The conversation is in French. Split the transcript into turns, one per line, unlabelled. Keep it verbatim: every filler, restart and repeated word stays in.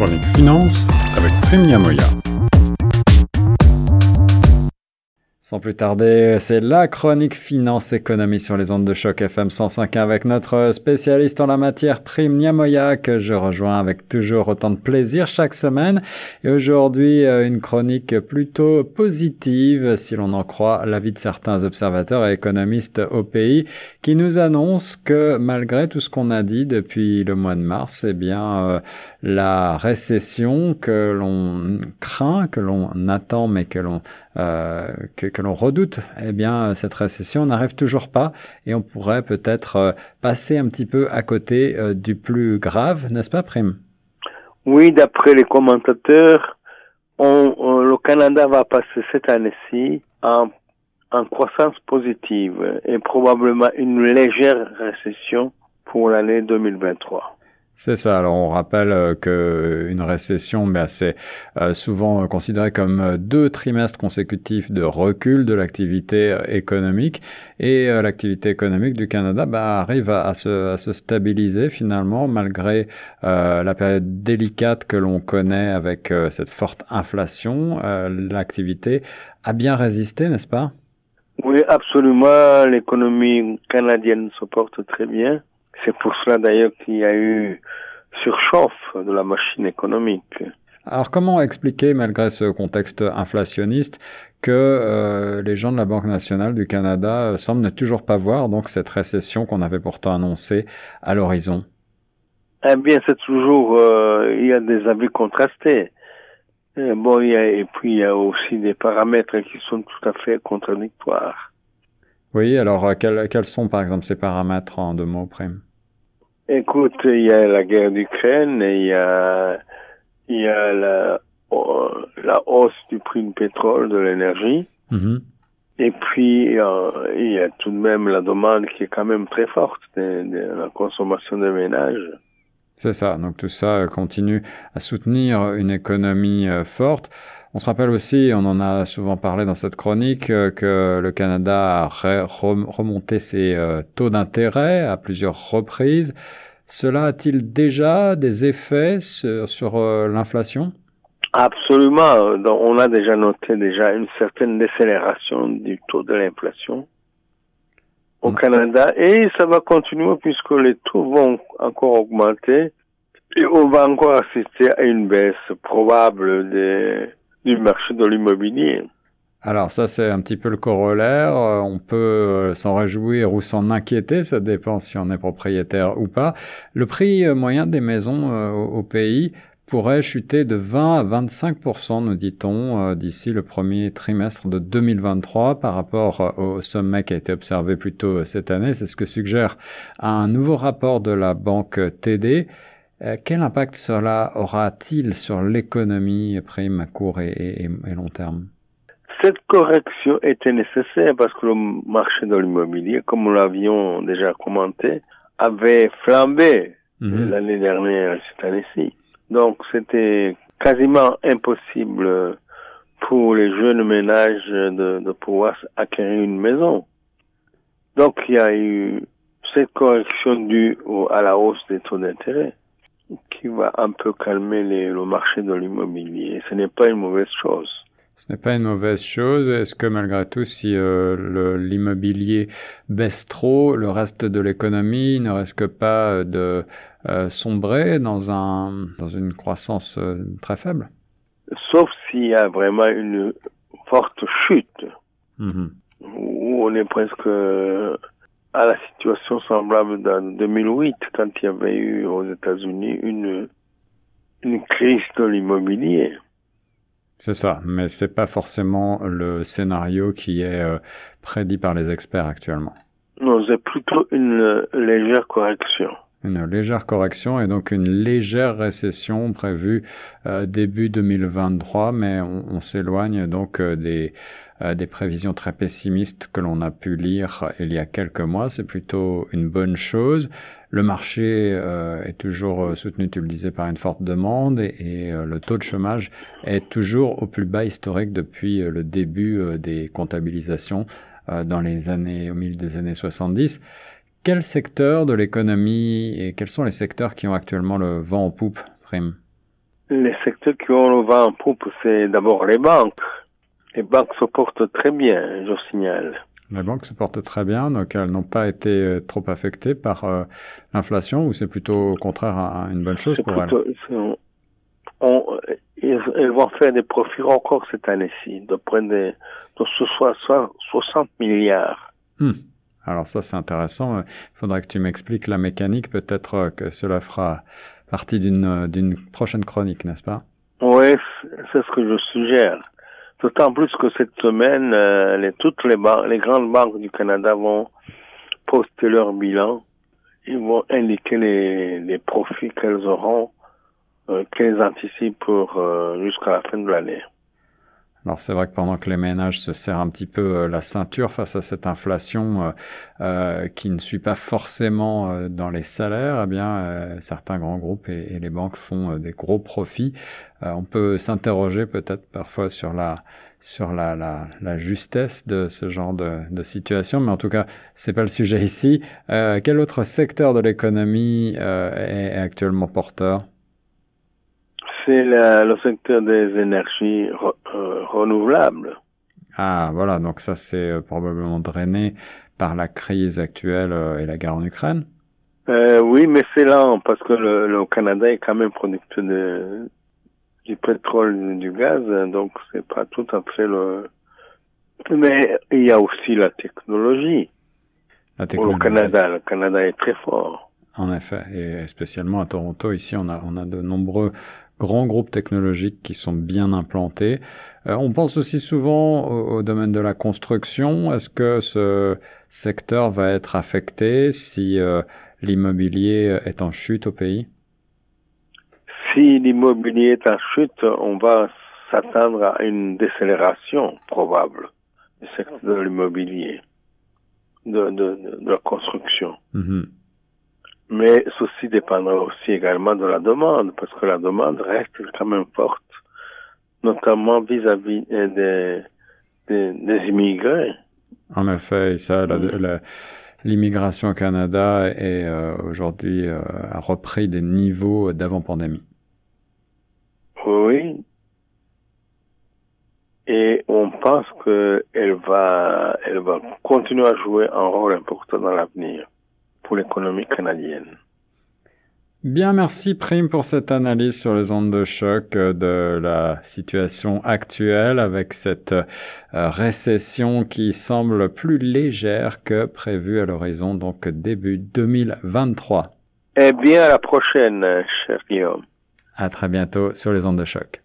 chronique finance avec Prime Nyamoya. Sans plus tarder, c'est la chronique finance économie sur les ondes de Choc F M cent cinq avec notre spécialiste en la matière, Prime Nyamoya, que je rejoins avec toujours autant de plaisir chaque semaine. Et aujourd'hui, une chronique plutôt positive, si l'on en croit l'avis de certains observateurs et économistes au pays, qui nous annoncent que malgré tout ce qu'on a dit depuis le mois de mars, eh bien, euh, la récession que l'on craint, que l'on attend, mais que l'on euh, que, que l'on redoute, eh bien, cette récession n'arrive toujours pas et on pourrait peut-être euh, passer un petit peu à côté euh, du plus grave, n'est-ce pas, Prime?
Oui, d'après les commentateurs, on, on, le Canada va passer cette année-ci en, en croissance positive et probablement une légère récession pour l'année deux mille vingt-trois.
C'est ça. Alors, on rappelle euh, que une récession, ben, c'est euh, souvent euh, considéré comme euh, deux trimestres consécutifs de recul de l'activité euh, économique. Et euh, l'activité économique du Canada ben, arrive à, à, se, à se stabiliser finalement, malgré euh, la période délicate que l'on connaît avec euh, cette forte inflation. Euh, l'activité a bien résisté, n'est-ce pas?
Oui, absolument. L'économie canadienne se porte très bien. C'est pour cela d'ailleurs qu'il y a eu surchauffe de la machine économique.
Alors comment expliquer, malgré ce contexte inflationniste, que euh, les gens de la Banque nationale du Canada euh, semblent ne toujours pas voir donc cette récession qu'on avait pourtant annoncée à l'horizon?
Eh bien, c'est toujours, euh, il y a des avis contrastés. Et bon, il y a, et puis il y a aussi des paramètres qui sont tout à fait contradictoires.
Oui, alors quels, quels sont par exemple ces paramètres en deux mots, Prime?
Écoute, il y a la guerre d'Ukraine, et il y a, il y a la, la hausse du prix du pétrole, de l'énergie. Mm-hmm. Et puis, euh, il y a tout de même la demande qui est quand même très forte de, de la consommation des ménages.
C'est ça. Donc tout ça continue à soutenir une économie euh, forte. On se rappelle aussi, on en a souvent parlé dans cette chronique, euh, que le Canada a re- remonté ses euh, taux d'intérêt à plusieurs reprises. Cela a-t-il déjà des effets sur, sur euh, l'inflation?
Absolument. Donc, on a déjà noté déjà une certaine décélération du taux de l'inflation au mmh. Canada, et ça va continuer puisque les taux vont encore augmenter et on va encore assister à une baisse probable des du marché de l'immobilier.
Alors ça, c'est un petit peu le corollaire. On peut s'en réjouir ou s'en inquiéter, ça dépend si on est propriétaire ou pas. Le prix moyen des maisons au pays pourrait chuter de vingt à vingt-cinq pour cent, nous dit-on, d'ici le premier trimestre de deux mille vingt-trois par rapport au sommet qui a été observé plus tôt cette année. C'est ce que suggère un nouveau rapport de la banque T D. Euh, quel impact cela aura-t-il sur l'économie, Prime, à court et, et, et long terme?
Cette correction était nécessaire parce que le marché de l'immobilier, comme nous l'avions déjà commenté, avait flambé mmh. l'année dernière, cette année-ci. Donc, c'était quasiment impossible pour les jeunes ménages de, de pouvoir acquérir une maison. Donc, il y a eu cette correction due au, à la hausse des taux d'intérêt qui va un peu calmer les, le marché de l'immobilier. Ce n'est pas une mauvaise chose.
Ce n'est pas une mauvaise chose. Est-ce que malgré tout, si euh, le, l'immobilier baisse trop, le reste de l'économie ne risque pas de euh, sombrer dans, un, dans une croissance euh, très faible?
Sauf s'il y a vraiment une forte chute, mmh. où on est presque à la situation semblable dans deux mille huit, quand il y avait eu aux États-Unis une, une crise de l'immobilier.
C'est ça, mais c'est pas forcément le scénario qui est euh, prédit par les experts actuellement.
Non, c'est plutôt une légère correction.
Une légère correction et donc une légère récession prévue euh, début deux mille vingt-trois, mais on, on s'éloigne donc euh, des, euh, des prévisions très pessimistes que l'on a pu lire il y a quelques mois. C'est plutôt une bonne chose. Le marché euh, est toujours soutenu, tu le disais, par une forte demande et, et euh, le taux de chômage est toujours au plus bas historique depuis euh, le début euh, des comptabilisations euh, dans les années, au milieu des années soixante-dix. Quel secteur de l'économie et quels sont les secteurs qui ont actuellement le vent en poupe, Prime?
Les secteurs qui ont le vent en poupe, c'est d'abord les banques. Les banques se portent très bien, je signale.
Les banques se portent très bien, donc elles n'ont pas été trop affectées par euh, l'inflation, ou c'est plutôt au contraire un, une bonne chose
c'est
pour
plutôt,
elles?
On, on, ils, ils vont faire des profits encore cette année-ci, de près de, de soixante milliards.
Hmm. Alors ça, c'est intéressant. Il faudra que tu m'expliques la mécanique. Peut-être que cela fera partie d'une d'une prochaine chronique, n'est-ce pas?
Oui, c'est ce que je suggère. D'autant plus que cette semaine, euh, les, toutes les, banques, les grandes banques du Canada vont poster leur bilan. Ils vont indiquer les, les profits qu'elles auront, euh, qu'elles anticipent pour euh, jusqu'à la fin de l'année.
Alors c'est vrai que pendant que les ménages se serrent un petit peu euh, la ceinture face à cette inflation euh, euh, qui ne suit pas forcément euh, dans les salaires, eh bien euh, certains grands groupes et, et les banques font euh, des gros profits. Euh, on peut s'interroger peut-être parfois sur la sur la, la, la justesse de ce genre de, de situation, mais en tout cas c'est pas le sujet ici. Euh, quel autre secteur de l'économie euh, est, est actuellement porteur?
C'est la, le secteur des énergies re, euh, renouvelables.
Ah, voilà, donc ça c'est euh, probablement drainé par la crise actuelle euh, et la guerre en Ukraine.
Euh, oui, mais c'est lent parce que le, le Canada est quand même producteur de, du pétrole et du gaz, donc c'est pas tout à fait le... Mais il y a aussi la technologie.
La
Pour le
technologie.
Canada, le Canada est très fort.
En effet, et spécialement à Toronto, ici on a, on a de nombreux grands groupes technologiques qui sont bien implantés. Euh, on pense aussi souvent au, au domaine de la construction. Est-ce que ce secteur va être affecté si euh, l'immobilier est en chute au pays?
Si l'immobilier est en chute, on va s'attendre à une décélération probable du secteur de l'immobilier, de, de, de la construction.
Mm-hmm.
Mais ceci dépendra aussi également de la demande, parce que la demande reste quand même forte, notamment vis-à-vis des, des, des immigrés.
En effet, ça, la, la, l'immigration au Canada est euh, aujourd'hui euh, a repris des niveaux d'avant-pandémie.
Oui. Et on pense qu'elle va, elle va continuer à jouer un rôle important dans l'avenir pour l'économie canadienne.
Bien, merci Prime pour cette analyse sur les ondes de choc de la situation actuelle avec cette euh, récession qui semble plus légère que prévu à l'horizon, donc début deux mille vingt-trois.
Eh bien, à la prochaine, cher Guillaume.
À très bientôt sur les ondes de choc.